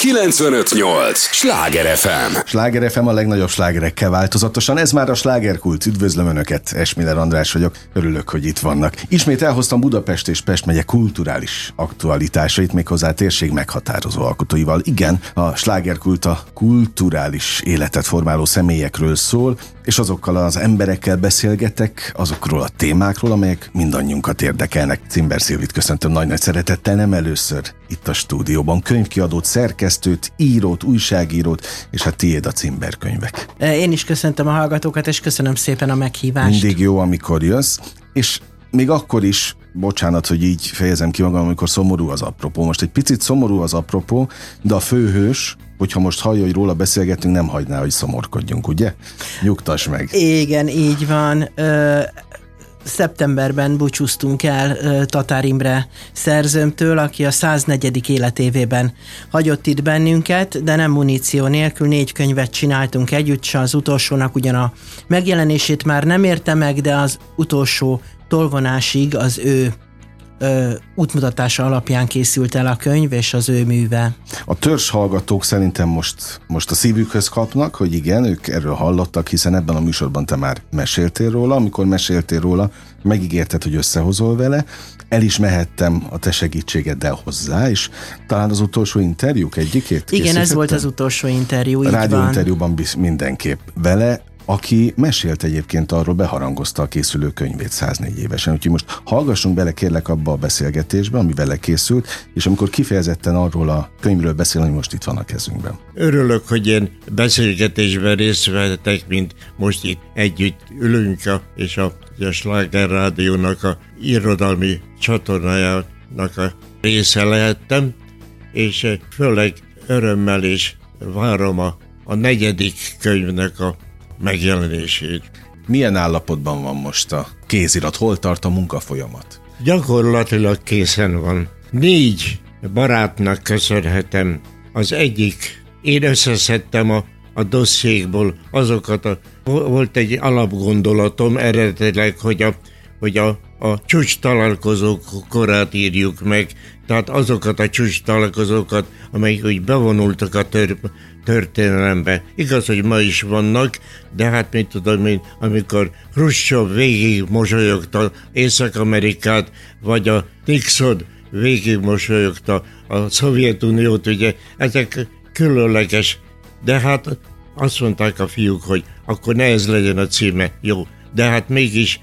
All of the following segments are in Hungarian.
95.8 Sláger FM. Sláger FM a legnagyobb slágerekkel változatosan. Ez már a Slágerkult. Üdvözlöm Önöket, Esmiller András vagyok. Örülök, hogy itt vannak. Ismét elhoztam Budapest és Pest megye kulturális aktualitásait, méghozzá térség meghatározó alkotóival. Igen, a Slágerkult a kulturális életet formáló személyekről szól, és azokkal az emberekkel beszélgetek, azokról a témákról, amelyek mindannyiunkat érdekelnek. Cimber Szilvit köszöntöm nagy-nagy szeretettel, nem először itt a stúdióban. Könyvkiadót, szerkesztőt, írót, újságírót, és hát tiéd a Cimber könyvek. Én is köszöntöm a hallgatókat, és köszönöm szépen a meghívást. Mindig jó, amikor jössz, és még akkor is, bocsánat, hogy így fejezem ki magam, amikor szomorú az apropó. Most egy picit szomorú az apropó, de a főhős, hogyha most hallja, hogy róla beszélgetünk, nem hagyná, hogy szomorkodjunk, ugye? Nyugtass meg. Igen, így van. Szeptemberben búcsúztunk el Tatár Imre szerzőmtől, aki a 104. életévében hagyott itt bennünket, de nem muníció nélkül. 4 könyvet csináltunk együtt, s az utolsónak ugyan a megjelenését már nem érte meg, de az utolsó tolvonásig az ő útmutatása alapján készült el a könyv, és az ő műve. A törzs hallgatók szerintem most a szívükhöz kapnak, hogy igen, ők erről hallottak, hiszen ebben a műsorban te már meséltél róla. Amikor meséltél róla, megígérted, hogy összehozol vele. El is mehettem a te segítségeddel hozzá, és talán az utolsó interjúk egyikét Igen, ez volt az utolsó interjú, így van. Rádióinterjúban mindenképp vele, aki mesélt egyébként arról, beharangozta a készülő könyvét 104 évesen. Úgyhogy most hallgassunk bele kérlek abba a beszélgetésbe, ami vele készült, és amikor kifejezetten arról a könyvről beszél, ami most itt van a kezünkben. Örülök, hogy ilyen beszélgetésben részt vettek, mint most itt együtt ülünk, és a Sláger Rádiónak a irodalmi csatornájának a része lehettem, és főleg örömmel is várom a 4. könyvnek a megjelenését. Milyen állapotban van most a kézirat? Hol tart a munkafolyamat? Gyakorlatilag készen van. 4 barátnak köszönhetem. Az egyik, én összeszedtem a dossziékból azokat volt egy alapgondolatom eredetileg, hogy a csúcs találkozók korát írjuk meg, tehát azokat a csúcs találkozókat, amelyek úgy bevonultak a történelembe. Igaz, hogy ma is vannak, de hát mit tudom én, amikor Hruscsov végig mosolyogta Észak-Amerikát, vagy a Nixon végig mosolyogta a Szovjetuniót, ugye, ezek különleges, de hát azt mondták a fiúk, hogy akkor ne ez legyen a címe. Jó, de hát mégis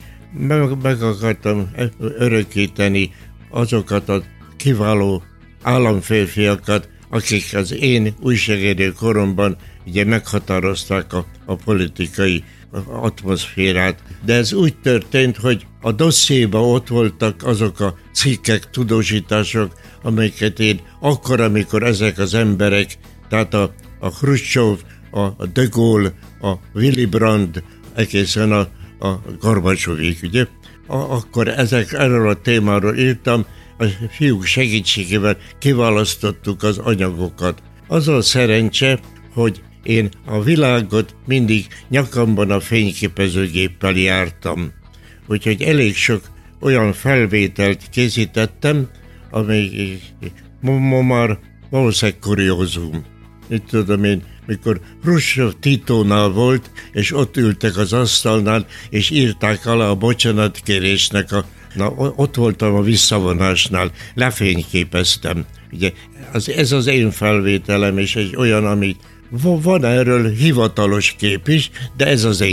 meg akartam örökíteni azokat a kiváló államférfiakat, akik az én újságíró koromban ugye meghatározták a politikai atmoszférát. De ez úgy történt, hogy a dossziéban ott voltak azok a cikkek, tudósítások, amelyeket én akkor, amikor ezek az emberek, tehát a Hruscsov, a De Gaulle, a Willy Brandt, egészen a Gorbacsovig, ugye? Akkor erről a témáról írtam, a fiúk segítségével kiválasztottuk az anyagokat. Az a szerencse, hogy én a világot mindig nyakamban a fényképezőgéppel jártam. Úgyhogy elég sok olyan felvételt készítettem, amely ma már valószínűleg kuriózum. Itt tudom én, mikor Hruscsov Titónál volt, és ott ültek az asztalnál, és írták alá a bocsánatkérésnek ott voltam a visszavonásnál, lefényképeztem. Ugye, ez az én felvételem, és egy olyan, amit van erről hivatalos kép is, de ez az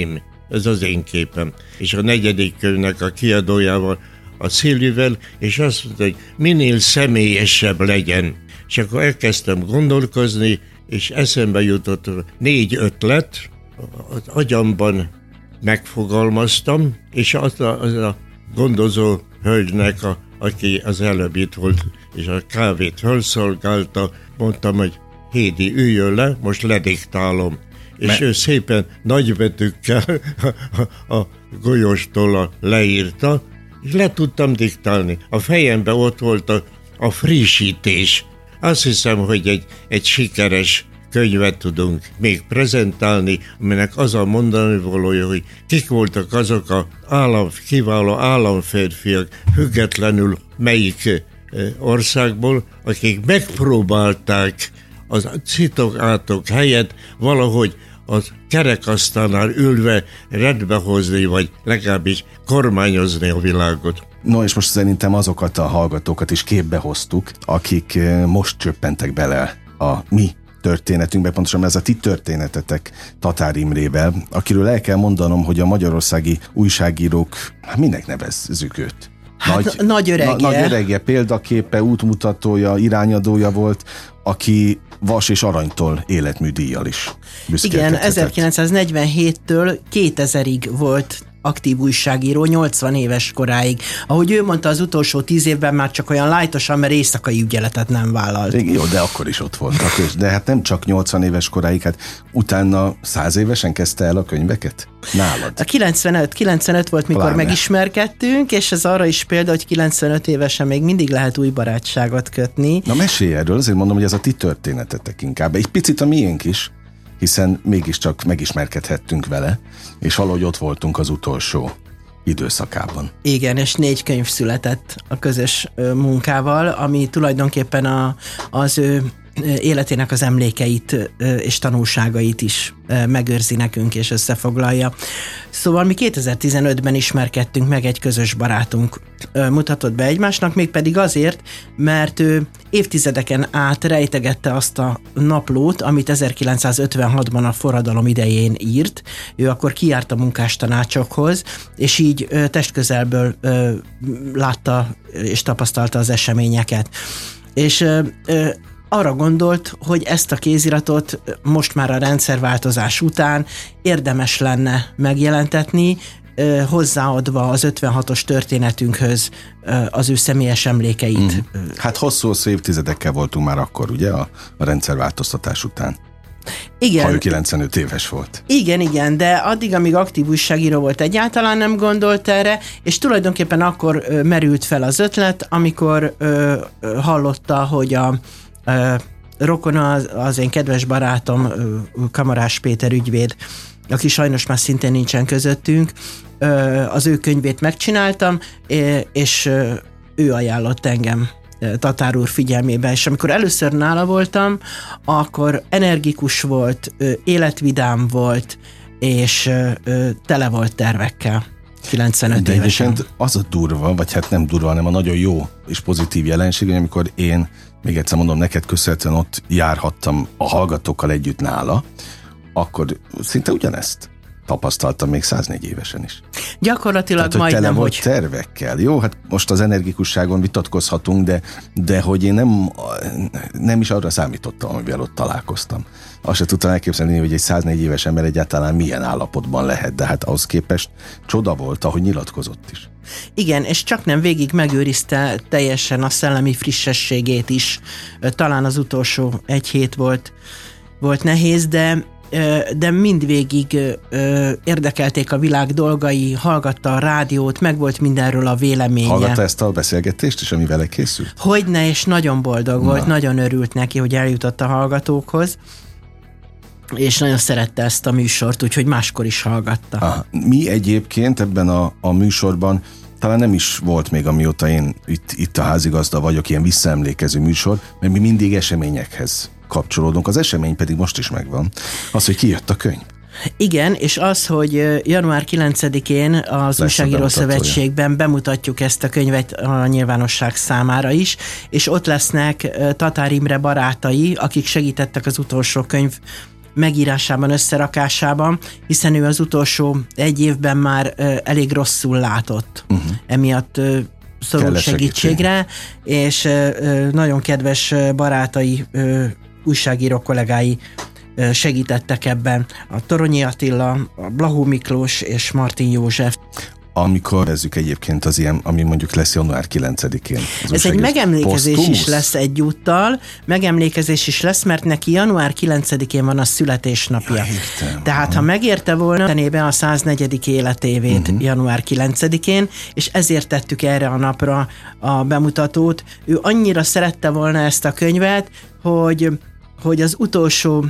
én képem. És a 4. könyvnek a kiadójával, a Szilvivel, és azt mondta, hogy minél személyesebb legyen. És akkor elkezdtem gondolkozni, és eszembe jutott 4 ötlet, az agyamban megfogalmaztam, és az a gondozó hölgynek, aki az előbb itt volt, és a kávét felszolgálta, mondtam, hogy Hédi, üljön le, most lediktálom. És ő szépen nagybetűkkel a golyóstól leírta, és le tudtam diktálni. A fejemben ott volt a frissítés. Azt hiszem, hogy egy sikeres könyvet tudunk még prezentálni, aminek az a mondani valója, hogy kik voltak azok a kiváló államférfiak, függetlenül melyik országból, akik megpróbálták az citok-átok helyett valahogy az kerekasztalnál ülve rendbehozni, vagy legalábbis kormányozni a világot. No, és most szerintem azokat a hallgatókat is képbe hoztuk, akik most csöppentek bele a mi történetünkbe, pontosan ez a ti történetetek Tatár Imrével, akiről el kell mondanom, hogy a magyarországi újságírók, minek nevezzük őt? Nagy öregje, példaképe, útmutatója, irányadója volt, aki vas és aranytól életműdíjjal is büszkélkedhetett. Igen, 1947-től 2000-ig volt aktív újságíró, 80 éves koráig. Ahogy ő mondta, az utolsó 10 évben már csak olyan lájtosan, mert éjszakai ügyeletet nem vállalt. Jó, de akkor is ott voltak. De hát nem csak 80 éves koráig, hát utána 100 évesen kezdte el a könyveket? Nálad? A 95 volt, mikor Pláne. megismerkedtünk, és ez arra is példa, hogy 95 évesen még mindig lehet új barátságot kötni. Na mesélj erről, azért mondom, hogy ez a ti történetetek inkább. Egy picit a miénk is, hiszen mégiscsak megismerkedhettünk vele, és valahogy ott voltunk az utolsó időszakában. Igen, és 4 könyv született a közös munkával, ami tulajdonképpen az ő életének az emlékeit és tanulságait is megőrzi nekünk és összefoglalja. Szóval mi 2015-ben ismerkedtünk meg, egy közös barátunk mutatott be egymásnak, mégpedig azért, mert ő évtizedeken át rejtegette azt a naplót, amit 1956-ban a forradalom idején írt. Ő akkor kijárt a munkástanácsokhoz, és így testközelből látta és tapasztalta az eseményeket. És arra gondolt, hogy ezt a kéziratot most már a rendszerváltozás után érdemes lenne megjelentetni, hozzáadva az 56-os történetünkhöz az ő személyes emlékeit. Hát hosszú évtizedekkel voltunk már akkor, ugye, a rendszerváltoztatás után. Igen. Ha ő 95 éves volt. Igen, de addig, amíg aktív újságíró volt, egyáltalán nem gondolt erre, és tulajdonképpen akkor merült fel az ötlet, amikor hallotta, hogy a rokona, az én kedves barátom, Kamarás Péter ügyvéd, aki sajnos már szintén nincsen közöttünk, az ő könyvét megcsináltam, és ő ajánlott engem Tatár úr figyelmébe, és amikor először nála voltam, akkor energikus volt, életvidám volt, és tele volt tervekkel. 95 de évesen. Az a durva, vagy hát nem durva, hanem a nagyon jó és pozitív jelenség, hogy amikor én, még egyszer mondom, neked köszönhetően ott járhattam a hallgatókkal együtt nála, akkor szinte ugyanezt tapasztaltam még 104 évesen is. Gyakorlatilag tehát, hogy majdnem, tele volt tervekkel. Jó, hát most az energikusságon vitatkozhatunk, de hogy én nem is arra számítottam, amivel ott találkoztam. Azt se tudtam elképzelni, hogy egy 104 éves ember egyáltalán milyen állapotban lehet, de hát ahhoz képest csoda volt, ahogy nyilatkozott is. Igen, és csak nem végig megőrizte teljesen a szellemi frissességét is. Talán az utolsó 1 hét volt nehéz, de mindvégig érdekelték a világ dolgai, hallgatta a rádiót, meg volt mindenről a véleménye. Hallgatta ezt a beszélgetést is, ami vele készült? Hogyne, és nagyon boldog volt, nagyon örült neki, hogy eljutott a hallgatókhoz, és nagyon szerette ezt a műsort, úgyhogy máskor is hallgatta. Aha. Mi egyébként ebben a műsorban talán nem is volt még, amióta én itt a házigazda vagyok, ilyen visszaemlékező műsor, mert mi mindig eseményekhez kapcsolódunk. Az esemény pedig most is megvan. Az, hogy kijött a könyv. Igen, és az, hogy január 9-én az Újságíró Szövetségben bemutatjuk ezt a könyvet a nyilvánosság számára is, és ott lesznek Tatár Imre barátai, akik segítettek az utolsó könyv megírásában, összerakásában, hiszen ő az utolsó 1 évben már elég rosszul látott. Emiatt szorult segítségre, és nagyon kedves barátai, újságíró kollégái segítettek ebben. A Toronyi Attila, a Blahó Miklós és Martin József. Amikor vezzük egyébként az ilyen, ami mondjuk lesz január 9-én. Ez egy megemlékezés is lesz egyúttal, megemlékezés is lesz, mert neki január 9-én van a születésnapja. Ja, értem. Tehát ha megérte volna, tenébe a 104. életévét január 9-én, és ezért tettük erre a napra a bemutatót. Ő annyira szerette volna ezt a könyvet, hogy az utolsó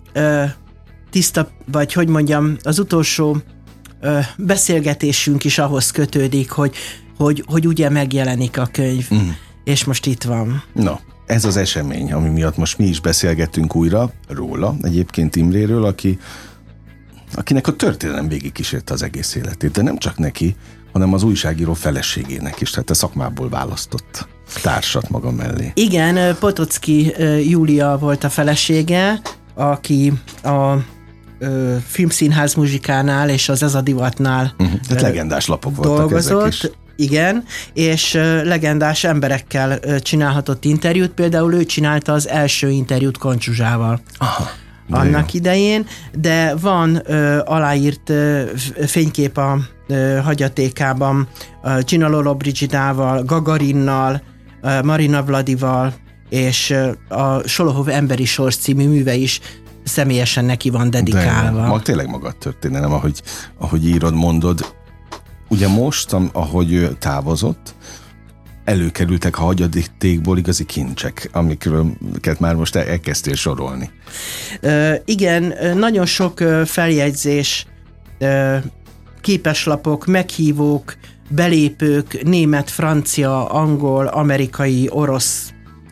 tiszta, vagy hogy mondjam, az utolsó beszélgetésünk is ahhoz kötődik, hogy ugye megjelenik a könyv, és most itt van. Na, ez az esemény, ami miatt most mi is beszélgettünk újra róla, egyébként Imréről, akinek a történelem végigkísérte az egész életét, de nem csak neki, hanem az újságíró feleségének is, tehát a szakmából választott társat maga mellé. Igen, Potocki Júlia volt a felesége, aki a Filmszínház muzsikánál és az Ez a divatnál Tehát legendás lapok voltak dolgozott. ezek is. Igen, és legendás emberekkel csinálhatott interjút, például ő csinálta az első interjút Koncsuzsával. Aha, annak idején, de van aláírt fénykép a hagyatékában Gina Lollobrigidával, Gagarinnal, Marina Vladival, és a Solohov Emberi Sors című műve is személyesen neki van dedikálva. Tényleg maga történelem, ahogy írod, mondod. Ugye most, ahogy ő távozott, előkerültek a hagyatékból igazi kincsek, amiket már most elkezdtél sorolni. Igen, nagyon sok feljegyzés, képeslapok, meghívók, belépők, német, francia, angol, amerikai, orosz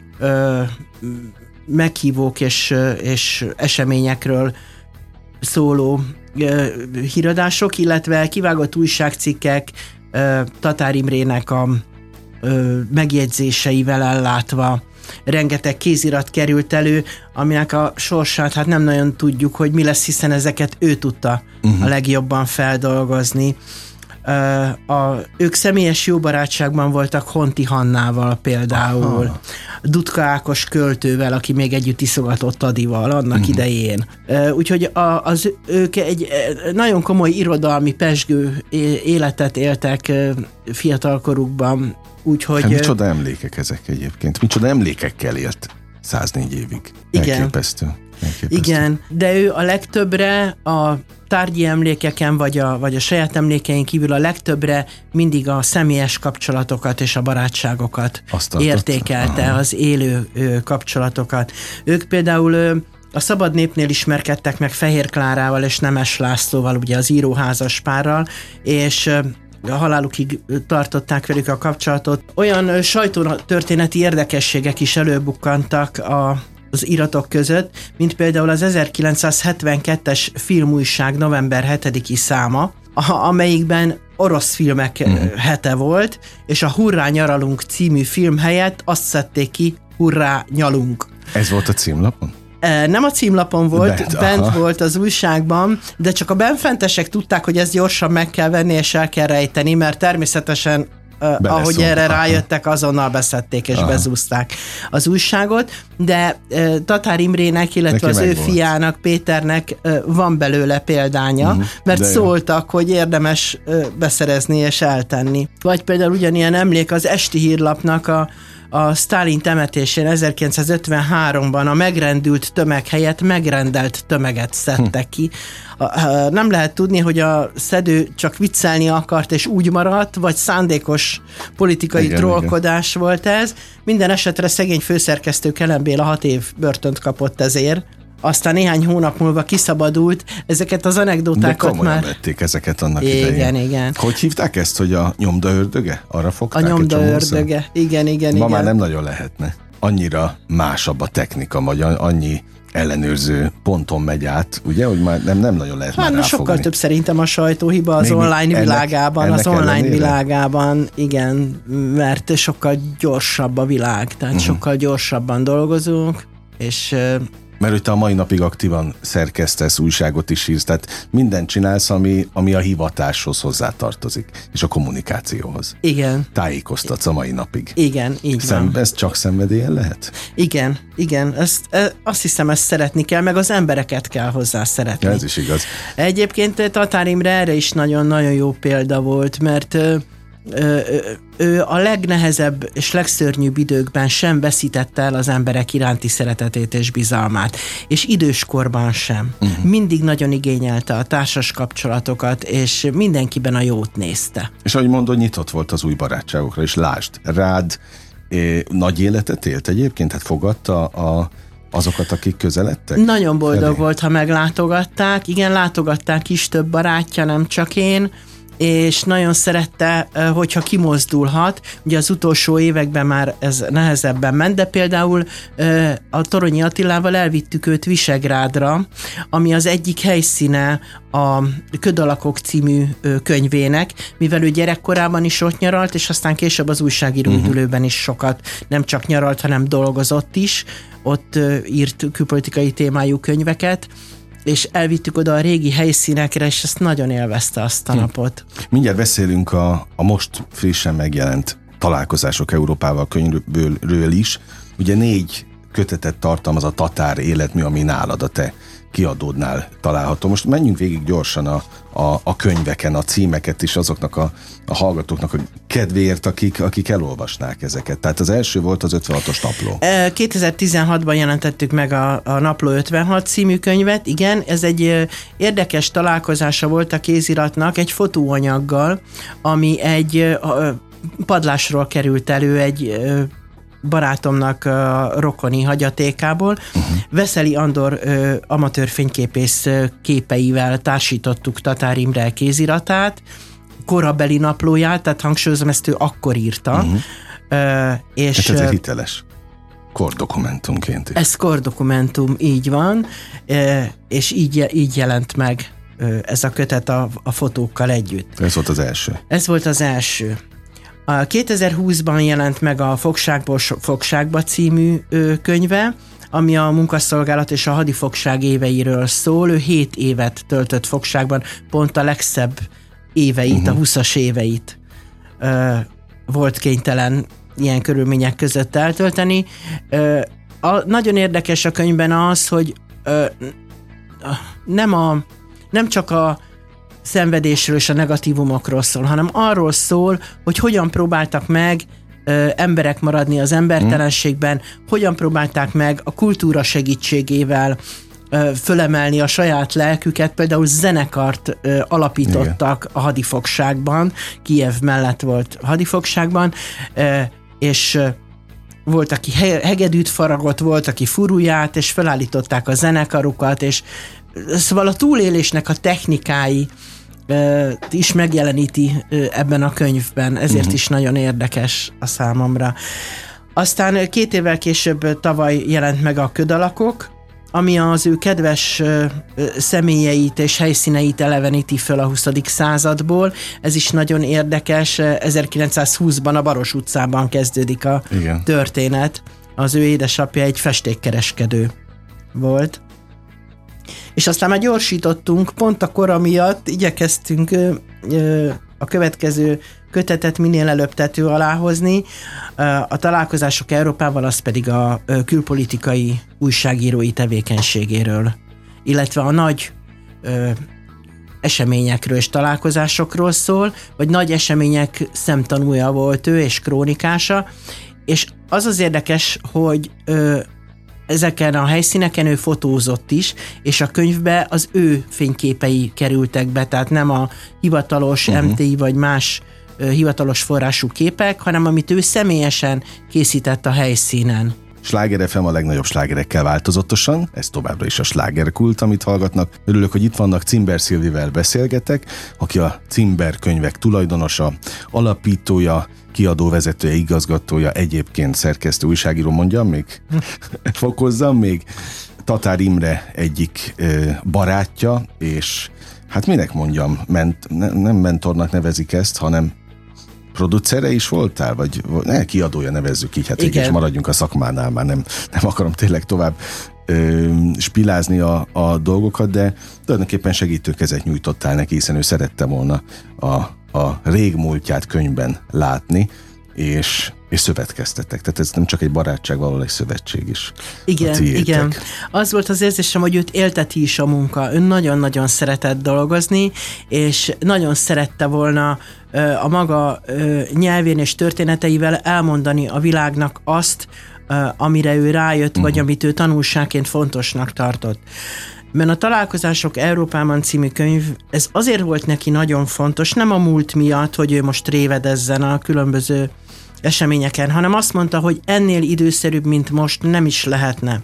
meghívók és eseményekről szóló híradások, illetve kivágott újságcikkek Tatár Imrének a megjegyzéseivel ellátva. Rengeteg kézirat került elő, aminek a sorsát hát nem nagyon tudjuk, hogy mi lesz, hiszen ezeket ő tudta a legjobban feldolgozni. Ők személyes jó barátságban voltak Honti Hannával például, Dudka Ákos költővel, aki még együtt iszogatott Adival annak idején. Úgyhogy ők egy nagyon komoly irodalmi pezsgő életet éltek fiatalkorukban. Úgyhogy, hát micsoda emlékek ezek egyébként? Micsoda emlékekkel élt 104 évig? Igen. Elképesztő. Igen, de ő a legtöbbre a tárgyi emlékeken, vagy a saját emlékein kívül a legtöbbre mindig a személyes kapcsolatokat és a barátságokat értékelte, az élő kapcsolatokat. Ők például a Szabad Népnél ismerkedtek meg Fehér Klárával és Nemes Lászlóval, ugye az íróházas párral, és a halálukig tartották velük a kapcsolatot. Olyan sajtótörténeti érdekességek is előbukkantak az iratok között, mint például az 1972-es filmújság november 7-i száma, amelyikben orosz filmek hete volt, és a Hurrá nyaralunk című film helyett azt szedték ki, Hurrá nyalunk. Ez volt a címlapon? Nem a címlapon volt, bent volt az újságban, de csak a benfentesek tudták, hogy ezt gyorsan meg kell venni és el kell rejteni, mert természetesen ahogy erre rájöttek, azonnal beszedték és bezúzták az újságot, de Tatár Imrének, illetve az ő fiának, Péternek van belőle példánya, mert szóltak, hogy érdemes beszerezni és eltenni. Vagy például ugyanilyen emlék az Esti Hírlapnak a Sztálin temetésén 1953-ban a megrendült tömeg helyett megrendelt tömeget szedtek ki. Nem lehet tudni, hogy a szedő csak viccelni akart és úgy maradt, vagy szándékos politikai trollkodás volt ez. Minden esetre szegény főszerkesztő Kellen Béla 6 év börtönt kapott ezért. Aztán néhány hónap múlva kiszabadult, ezeket az anekdotákat de komolyan már... vették ezeket annak idején. Igen. Hogy hívták ezt, hogy a nyomda ördöge? Arra fogták? A nyomda ördöge, igen. Ma már nem nagyon lehetne. Annyira másabb a technika, vagy annyi ellenőrző ponton megy át, ugye, hogy már nem nagyon lehet már ráfogni. Sokkal több szerintem a sajtóhiba az online világában, igen, mert sokkal gyorsabb a világ, tehát sokkal gyorsabban dolgozunk, és... Mert hogy te a mai napig aktívan szerkesztesz, újságot is írsz, tehát mindent csinálsz, ami a hivatáshoz hozzátartozik, és a kommunikációhoz. Igen. Tájékoztatsz a mai napig. Igen, így van. Ez csak szenvedélyen lehet? Igen. Azt hiszem, ezt szeretni kell, meg az embereket kell hozzá szeretni. Ja, ez is igaz. Egyébként Tatár Imre erre is nagyon-nagyon jó példa volt, mert ő a legnehezebb és legszörnyűbb időkben sem veszítette el az emberek iránti szeretetét és bizalmát. És időskorban sem. Mindig nagyon igényelte a társas kapcsolatokat, és mindenkiben a jót nézte. És ahogy mondod, nyitott volt az új barátságokra, és lásd, rád nagy életet élt egyébként? Hát fogadta azokat, akik közeledtek? Nagyon boldog volt, ha meglátogatták. Igen, látogatták is több barátja, nem csak én. és nagyon szerette, hogyha kimozdulhat. Ugye az utolsó években már ez nehezebben ment, de például a Toronyi Attilával elvittük őt Visegrádra, ami az egyik helyszíne a Ködalakok című könyvének, mivel ő gyerekkorában is ott nyaralt, és aztán később az újságíró üdülőben is sokat nem csak nyaralt, hanem dolgozott is, ott írt külpolitikai témájú könyveket, és elvittük oda a régi helyszínekre, és ezt nagyon élvezte azt a napot. Mindjárt beszélünk a most frissen megjelent Találkozások Európával könyvről is. Ugye 4 kötetet tartalmaz a Tatár életmű, ami nálad, a te kiadódnál található. Most menjünk végig gyorsan a könyveken, a címeket is azoknak a hallgatóknak a kedvéért, akik elolvasnák ezeket. Tehát az első volt az 56-os napló. 2016-ban jelentettük meg a Napló 56 című könyvet. Igen, ez egy érdekes találkozása volt a kéziratnak egy fotóanyaggal, ami egy padlásról került elő, egy barátomnak a rokoni hagyatékából. Veszeli Andor amatőr fényképész képeivel társítottuk Tatár Imre kéziratát, korabeli naplóját, tehát hangsúlyozom, ezt ő akkor írta. És ez egy hiteles kordokumentumként. Ez kordokumentum, így van, és így jelent meg ez a kötet a fotókkal együtt. Ez volt az első. Ez volt az első. A 2020-ban jelent meg a Fogságból Fogságba című könyve, ami a munkaszolgálat és a hadifogság éveiről szól. Ő 7 évet töltött fogságban, pont a legszebb éveit, a 20-as éveit volt kénytelen ilyen körülmények között eltölteni. Nagyon érdekes a könyvben az, hogy nem csak a szenvedésről és a negatívumokról szól, hanem arról szól, hogy hogyan próbáltak meg emberek maradni az embertelenségben, hogyan próbálták meg a kultúra segítségével fölemelni a saját lelküket, például zenekart alapítottak a hadifogságban, Kijev mellett volt hadifogságban, és volt, aki hegedűt faragott, volt, aki furuját, és felállították a zenekarukat, és szóval a túlélésnek a technikái is megjeleníti ebben a könyvben, ezért is nagyon érdekes a számomra. Aztán 2 évvel később tavaly jelent meg a Ködalakok, ami az ő kedves személyeit és helyszíneit eleveníti föl a 20. századból. Ez is nagyon érdekes. 1920-ban a Baros utcában kezdődik a történet. Az ő édesapja egy festékkereskedő volt. És aztán már gyorsítottunk, pont a kora miatt igyekeztünk a következő kötetet minél előbb tető alá hozni. A Találkozások Európával, az pedig a külpolitikai újságírói tevékenységéről, illetve a nagy eseményekről és találkozásokról szól, vagy nagy események szemtanúja volt ő és krónikása, és az érdekes, hogy ezeken a helyszíneken ő fotózott is, és a könyvbe az ő fényképei kerültek be, tehát nem a hivatalos MTI vagy más hivatalos forrású képek, hanem amit ő személyesen készített a helyszínen. Sláger FM a legnagyobb slágerekkel változatosan, ez továbbra is a slágerkult, amit hallgatnak. Örülök, hogy itt vannak, Cimber Szilvivel beszélgetek, aki a Cimber könyvek tulajdonosa, alapítója, kiadóvezetője, igazgatója, egyébként szerkesztő, újságíró, mondjam még? Fokozzam még? Tatár Imre egyik barátja, és hát minek mondjam, nem mentornak nevezik ezt, hanem producere is voltál? Vagy kiadója nevezzük így, hát és maradjunk a szakmánál, már nem akarom tényleg tovább spilázni a dolgokat, de tulajdonképpen segítőkezet nyújtottál neki, hiszen ő szerette volna a régmúltját könyvben látni, és szövetkeztetek. Tehát ez nem csak egy barátság, valahol egy szövetség is. Igen. Az volt az érzésem, hogy őt élteti is a munka. Ő nagyon-nagyon szeretett dolgozni, és nagyon szerette volna a maga nyelvén és történeteivel elmondani a világnak azt, amire ő rájött, vagy amit ő tanulságként fontosnak tartott. Mert a Találkozások Európában című könyv, ez azért volt neki nagyon fontos, nem a múlt miatt, hogy ő most révedezzen a különböző eseményeken, hanem azt mondta, hogy ennél időszerűbb, mint most nem is lehetne.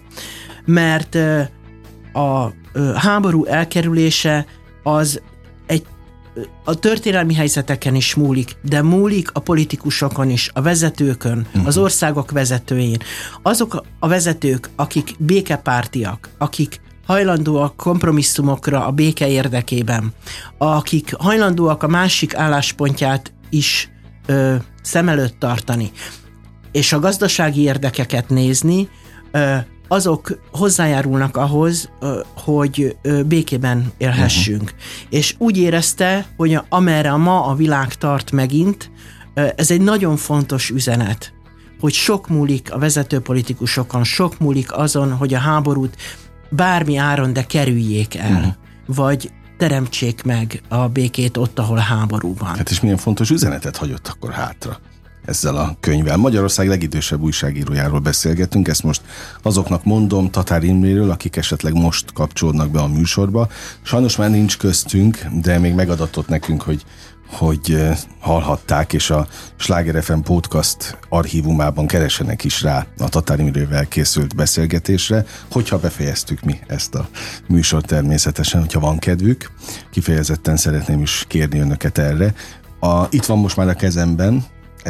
Mert a háború elkerülése az egy a történelmi helyzeteken is múlik, de múlik a politikusokon is, a vezetőkön, az országok vezetőjén. Azok a vezetők, akik békepártiak, akik hajlandóak kompromisszumokra a béke érdekében, akik hajlandóak a másik álláspontját is szem előtt tartani, és a gazdasági érdekeket nézni, azok hozzájárulnak ahhoz, hogy békében élhessünk. És úgy érezte, hogy amerre ma a világ tart megint, ez egy nagyon fontos üzenet, hogy sok múlik a vezető politikusokon, sok múlik azon, hogy a háborút bármi áron, de kerüljék el, vagy teremtsék meg a békét ott, ahol háború van. Hát és milyen fontos üzenetet hagyott akkor hátra ezzel a könyvvel. Magyarország legidősebb újságírójáról beszélgetünk, ezt most azoknak mondom, Tatár Imréről, akik esetleg most kapcsolódnak be a műsorba. Sajnos már nincs köztünk, de még megadatott nekünk, hogy hallhatták, és a Sláger FM podcast archívumában keresenek is rá a Tatár Imrével készült beszélgetésre, hogyha befejeztük mi ezt a műsort természetesen, hogyha van kedvük. Kifejezetten szeretném is kérni önöket erre. Itt van most már a kezemben,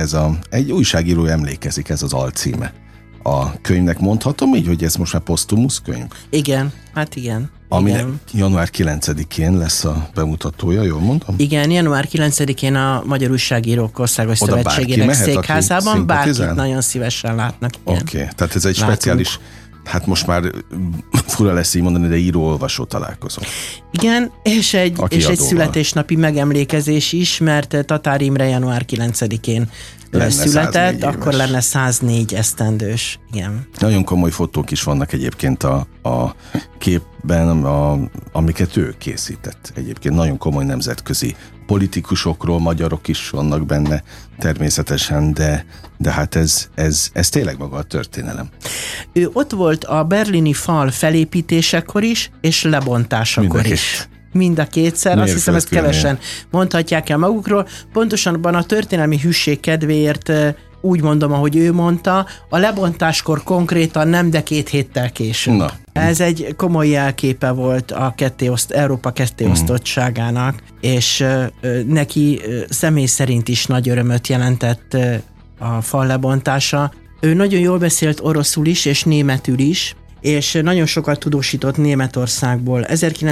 egy újságíró emlékezik, ez az alcíme a könyvnek. Mondhatom így, hogy ez most már posztumusz könyv? Igen, hát igen. Aminek január 9-én lesz a bemutatója, jól mondom? Igen, január 9-én a Magyar Újságírók Országos Szövetségének székházában bárkit nagyon szívesen látnak. Oké, tehát ez egy speciális, hát most már fura lesz így mondani, de író-olvasó találkozó. Igen, és egy születésnapi megemlékezés is, mert Tatár Imre január 9-én született, akkor lenne 104 esztendős. Igen. Nagyon komoly fotók is vannak egyébként a képben, amiket ő készített. Egyébként nagyon komoly nemzetközi politikusokról, magyarok is vannak benne természetesen, de hát ez tényleg maga a történelem. Ő ott volt a berlini fal felépítésekor is, és lebontásakor is. Mind a kétszer, azt hiszem, ezt kevesen mondhatják el magukról. Pontosan abban a történelmi hűség kedvéért úgy mondom, ahogy ő mondta, a lebontáskor konkrétan nem, de 2 héttel később. Na. Ez egy komoly jelképe volt a Európa kettéosztottságának, és neki személy szerint is nagy örömöt jelentett a fal lebontása. Ő nagyon jól beszélt oroszul is, és németül is, és nagyon sokat tudósított Németországból.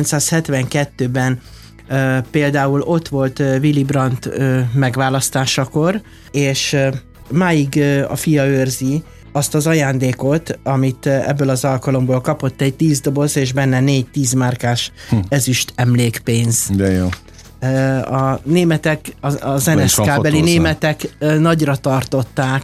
1972-ben például ott volt Willy Brandt megválasztásakor, és máig a fia őrzi azt az ajándékot, amit ebből az alkalomból kapott, egy 10 doboz, és benne 4 10 márkás ezüst emlékpénz. De jó. A németek, az NSZK-beli németek nagyra tartották,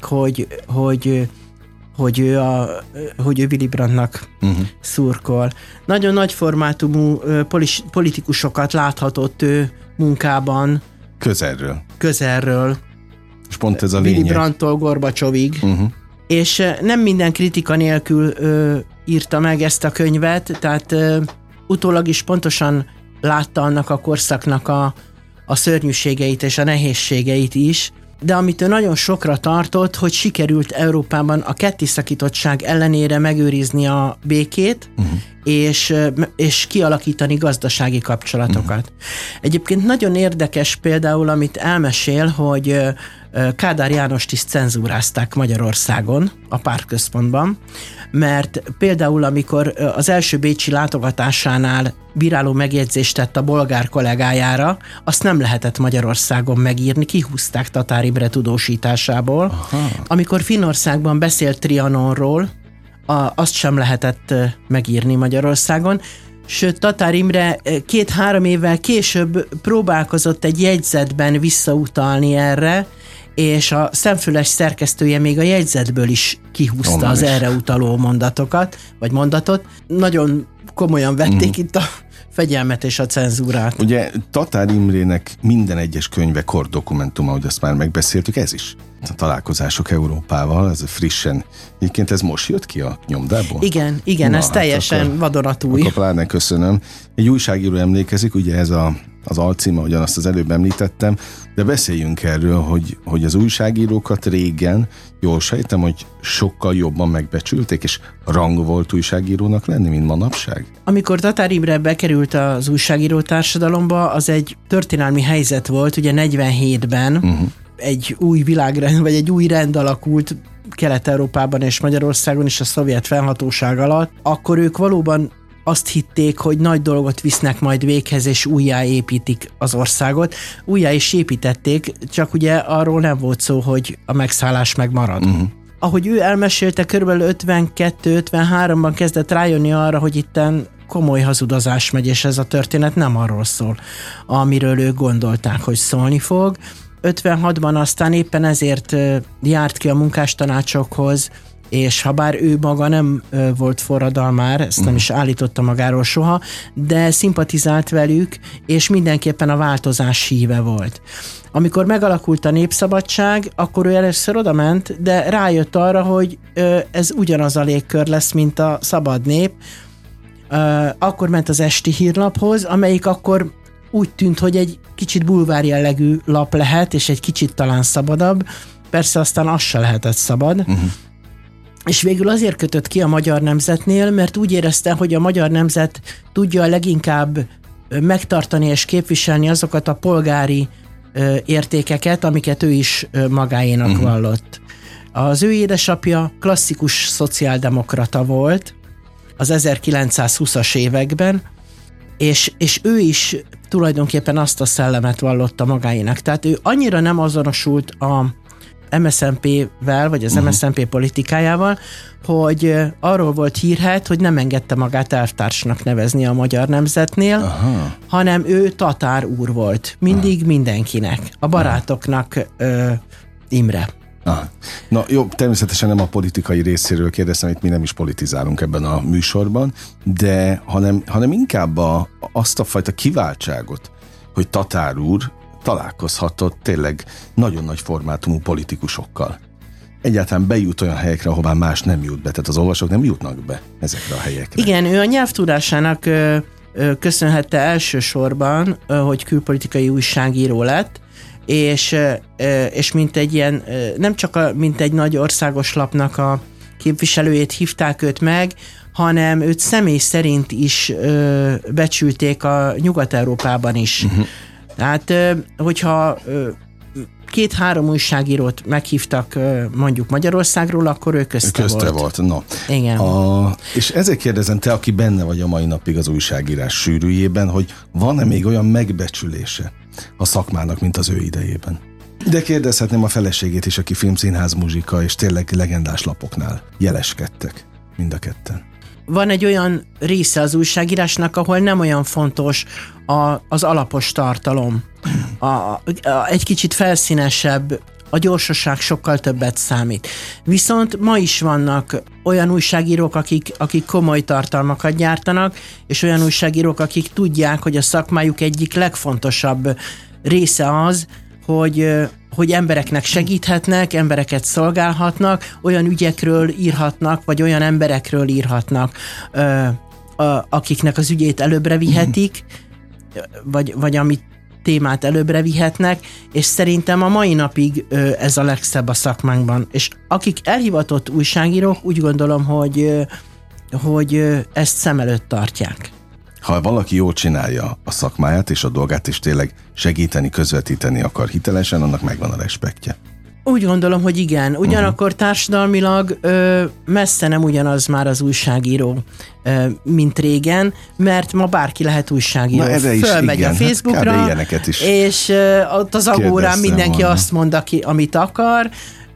hogy ő Willy Brandtnak szurkol. Nagyon nagy formátumú politikusokat láthatott ő munkában. Közelről. És pont ez a lényeg. Willy Brandttól Gorbacsovig. És nem minden kritika nélkül írta meg ezt a könyvet, tehát utólag is pontosan látta annak a korszaknak a szörnyűségeit és a nehézségeit is, de amit ő nagyon sokra tartott, hogy sikerült Európában a kettiszakítottság ellenére megőrizni a békét, és kialakítani gazdasági kapcsolatokat. Egyébként nagyon érdekes például, amit elmesél, hogy Kádár Jánost is cenzúrázták Magyarországon, a Pártközpontban, mert például amikor az első bécsi látogatásánál bíráló megjegyzést tett a bolgár kollégájára, azt nem lehetett Magyarországon megírni, kihúzták Tatár Imre tudósításából. Aha. Amikor Finnországban beszélt Trianonról, azt sem lehetett megírni Magyarországon, sőt Tatár Imre 2-3 évvel később próbálkozott egy jegyzetben visszautalni erre, és a Szemfüles szerkesztője még a jegyzetből is kihúzta az erre utaló mondatokat, vagy mondatot. Nagyon komolyan vették itt a fegyelmet és a cenzúrát. Ugye Tatár Imrének minden egyes könyve kordokumentuma, ahogy azt már megbeszéltük, ez is. A Találkozások Európával, ez frissen. Egyébként ez most jött ki a nyomdából? Igen, ez teljesen vadonatúj. Akkor pláne köszönöm. Egy újságíró emlékezik, ugye ez az alcíme, ugyanazt az előbb említettem, de beszéljünk erről, hogy az újságírókat régen, jól sejtem, hogy sokkal jobban megbecsülték, és rang volt újságírónak lenni, mint manapság? Amikor Tatár Imre bekerült az újságíró társadalomba, az egy történelmi helyzet volt, ugye 47-ben egy új világrend, vagy egy új rend alakult Kelet-Európában és Magyarországon is a szovjet fennhatóság alatt, akkor ők valóban azt hitték, hogy nagy dolgot visznek majd véghez, és újjáépítik az országot. Újjá is építették, csak ugye arról nem volt szó, hogy a megszállás megmarad. Ahogy ő elmesélte, körülbelül 52-53-ban kezdett rájönni arra, hogy itten komoly hazudozás megy, és ez a történet nem arról szól, amiről ők gondolták, hogy szólni fog. 56-ban aztán éppen ezért járt ki a munkástanácsokhoz, és ha bár ő maga nem volt forradalmár, ezt nem is állította magáról soha, de szimpatizált velük, és mindenképpen a változás híve volt. Amikor megalakult a Népszabadság, akkor ő először odament, de rájött arra, hogy ez ugyanaz a légkör lesz, mint a Szabad Nép. Akkor ment az Esti Hírlaphoz, amelyik akkor úgy tűnt, hogy egy kicsit bulvár jellegű lap lehet, és egy kicsit talán szabadabb. Persze aztán az se lehetett szabad. És végül azért kötött ki a Magyar Nemzetnél, mert úgy érezte, hogy a Magyar Nemzet tudja leginkább megtartani és képviselni azokat a polgári értékeket, amiket ő is magáénak vallott. Az ő édesapja klasszikus szociáldemokrata volt az 1920-as években, és ő is tulajdonképpen azt a szellemet vallotta magáénak. Tehát ő annyira nem azonosult a MSZNP-vel, vagy az MSZNP politikájával, hogy arról volt hírhedt, hogy nem engedte magát elvtársnak nevezni a Magyar Nemzetnél, hanem ő Tatár úr volt. Mindig mindenkinek. A barátoknak Imre. Na jó, természetesen nem a politikai részéről kérdeztem, itt mi nem is politizálunk ebben a műsorban, de hanem inkább azt a fajta kiváltságot, hogy Tatár úr találkozhatott tényleg nagyon nagy formátumú politikusokkal. Egyáltalán bejut olyan helyekre, ahová más nem jut be, tehát az olvasók nem jutnak be ezekre a helyekre. Igen, ő a nyelvtudásának köszönhette elsősorban, hogy külpolitikai újságíró lett, és mint egy ilyen, nem csak mint egy nagy országos lapnak a képviselőjét hívták őt meg, hanem őt személy szerint is becsülték a Nyugat-Európában is. Tehát, hogyha 2-3 újságírót meghívtak mondjuk Magyarországról, akkor ő közte volt. No. Igen. És ezért kérdezem, te, aki benne vagy a mai napig az újságírás sűrűjében, hogy van-e még olyan megbecsülése a szakmának, mint az ő idejében? De kérdezhetném a feleségét is, aki filmszínház, muzsika és tényleg legendás lapoknál jeleskedtek mind a ketten. Van egy olyan része az újságírásnak, ahol nem olyan fontos az alapos tartalom. Egy kicsit felszínesebb, a gyorsaság sokkal többet számít. Viszont ma is vannak olyan újságírók, akik komoly tartalmakat gyártanak, és olyan újságírók, akik tudják, hogy a szakmájuk egyik legfontosabb része az, hogy embereknek segíthetnek, embereket szolgálhatnak, olyan ügyekről írhatnak, vagy olyan emberekről írhatnak, akiknek az ügyét előbbre vihetik, vagy amit témát előbbre vihetnek, és szerintem a mai napig ez a legszebb a szakmánkban. És akik elhivatott újságírók, úgy gondolom, hogy ezt szem előtt tartják. Ha valaki jól csinálja a szakmáját és a dolgát, és tényleg segíteni, közvetíteni akar hitelesen, annak megvan a respektje. Úgy gondolom, hogy igen. Ugyanakkor társadalmilag messze nem ugyanaz már az újságíró, mint régen, mert ma bárki lehet újságíró. Na, erre is fölmegy igen. a Facebookra, is és ott az Agórán mindenki volna. Azt mond, amit akar,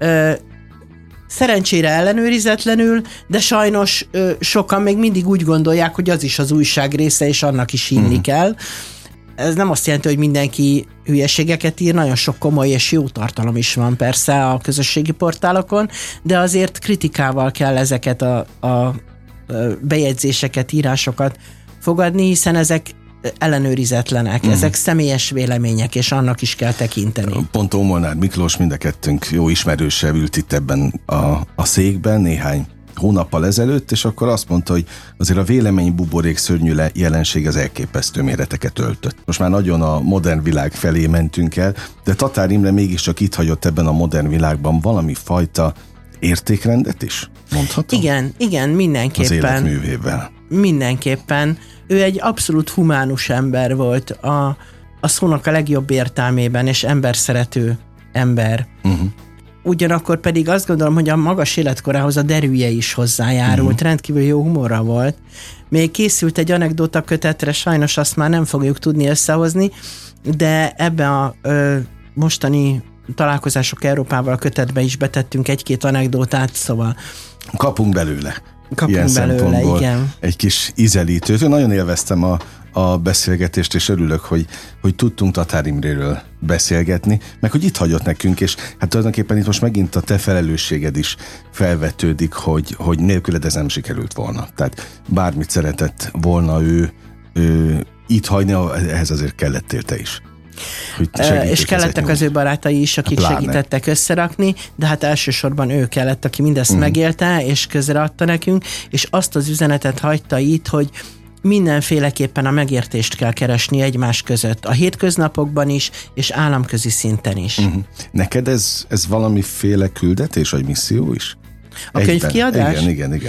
szerencsére ellenőrizetlenül, de sajnos sokan még mindig úgy gondolják, hogy az is az újság része, és annak is hinni kell. Ez nem azt jelenti, hogy mindenki hülyeségeket ír, nagyon sok komoly és jó tartalom is van persze a közösségi portálokon, de azért kritikával kell ezeket a bejegyzéseket, írásokat fogadni, hiszen ezek ellenőrizetlenek, ezek személyes vélemények, és annak is kell tekinteni. Pont Molnár Miklós, mind a kettőnk jó ismerőse ült itt ebben a székben néhány hónappal ezelőtt, és akkor azt mondta, hogy azért a véleménybuborék szörnyű jelenség az elképesztő méreteket öltött. Most már nagyon a modern világ felé mentünk el, de Tatár Imre mégiscsak itt hagyott ebben a modern világban valami fajta értékrendet is, mondhatom? Igen, mindenképpen. Az életművével. Mindenképpen. Ő egy abszolút humánus ember volt, a szónak a legjobb értelmében, és emberszerető ember. Ugyanakkor pedig azt gondolom, hogy a magas életkorához a derűje is hozzájárult, rendkívül jó humora volt. Még készült egy anekdóta kötetre, sajnos azt már nem fogjuk tudni összehozni, de ebben a mostani Találkozások Európával kötetbe is betettünk egy-két anekdótát, szóval kapunk belőle. Igen. Egy kis ízelítőt. Én nagyon élveztem a beszélgetést, és örülök, hogy tudtunk Tatár Imréről beszélgetni, meg hogy itt hagyott nekünk, és hát tulajdonképpen itt most megint a te felelősséged is felvetődik, hogy nélküled ez nem sikerült volna. Tehát bármit szeretett volna ő itt hagyni, ehhez azért kellettél te is. És kellettek az ő barátai is, akik segítettek összerakni, de hát elsősorban ő kellett, aki mindezt megélte, és közreadta nekünk, és azt az üzenetet hagyta itt, hogy mindenféleképpen a megértést kell keresni egymás között, a hétköznapokban is, és államközi szinten is. Neked ez valamiféle küldetés, vagy misszió is? A könyvkiadás?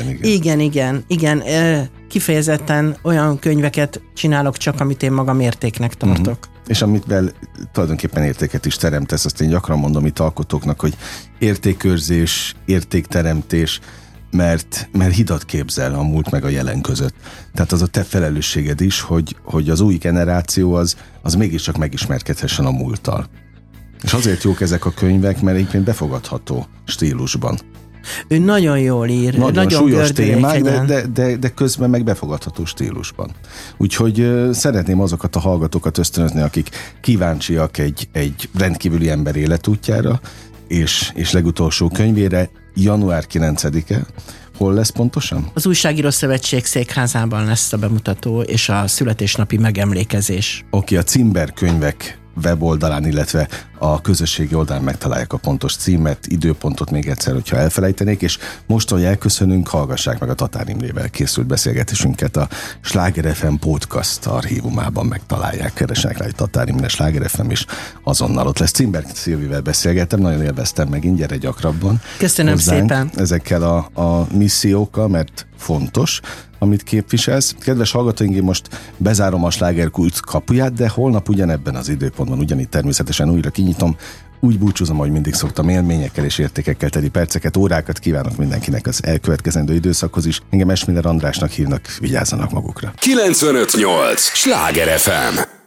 Igen. Kifejezetten olyan könyveket csinálok csak, amit én magam értéknek tartok. És amitvel tulajdonképpen értéket is teremtesz, azt én gyakran mondom itt alkotóknak, hogy értékőrzés, értékteremtés, mert hidat képzel a múlt meg a jelen között. Tehát az a te felelősséged is, hogy az új generáció az mégiscsak megismerkedhessen a múlttal. És azért jók ezek a könyvek, mert egyébként befogadható stílusban. Ő nagyon jól ír. Nagyon súlyos témák, de közben meg befogadható stílusban. Úgyhogy szeretném azokat a hallgatókat ösztönözni, akik kíváncsiak egy rendkívüli ember életútjára, és legutolsó könyvére, január 9-e. Hol lesz pontosan? Az Újságíró Szövetség székházában lesz a bemutató és a születésnapi megemlékezés. Oké, a Cimber könyvek weboldalán, illetve a közösségi oldalán megtalálják a pontos címet, időpontot még egyszer, hogyha elfelejtenék, és most, hogy elköszönünk, hallgassák meg a Tatár Imrével készült beszélgetésünket a Sláger FM podcast archívumában megtalálják, keresnek rá, hogy Tatár Imre Sláger FM, és azonnal ott lesz. Cimber Szilvivel beszélgettem, nagyon élveztem megint, gyere gyakrabban. Köszönöm szépen. Ezekkel a missziókkal, mert fontos, amit képviselsz. Kedves hallgatóink, én most bezárom a Slágerkult kapuját, de holnap ugyanebben az időpontban, ugyanígy természetesen újra kinyitom. Úgy búcsúzom, ahogy mindig szoktam, élményekkel és értékekkel teli perceket, órákat kívánok mindenkinek az elkövetkezendő időszakhoz is. Engem Esmiller Andrásnak hívnak, vigyázzanak magukra. 95.8 Sláger FM.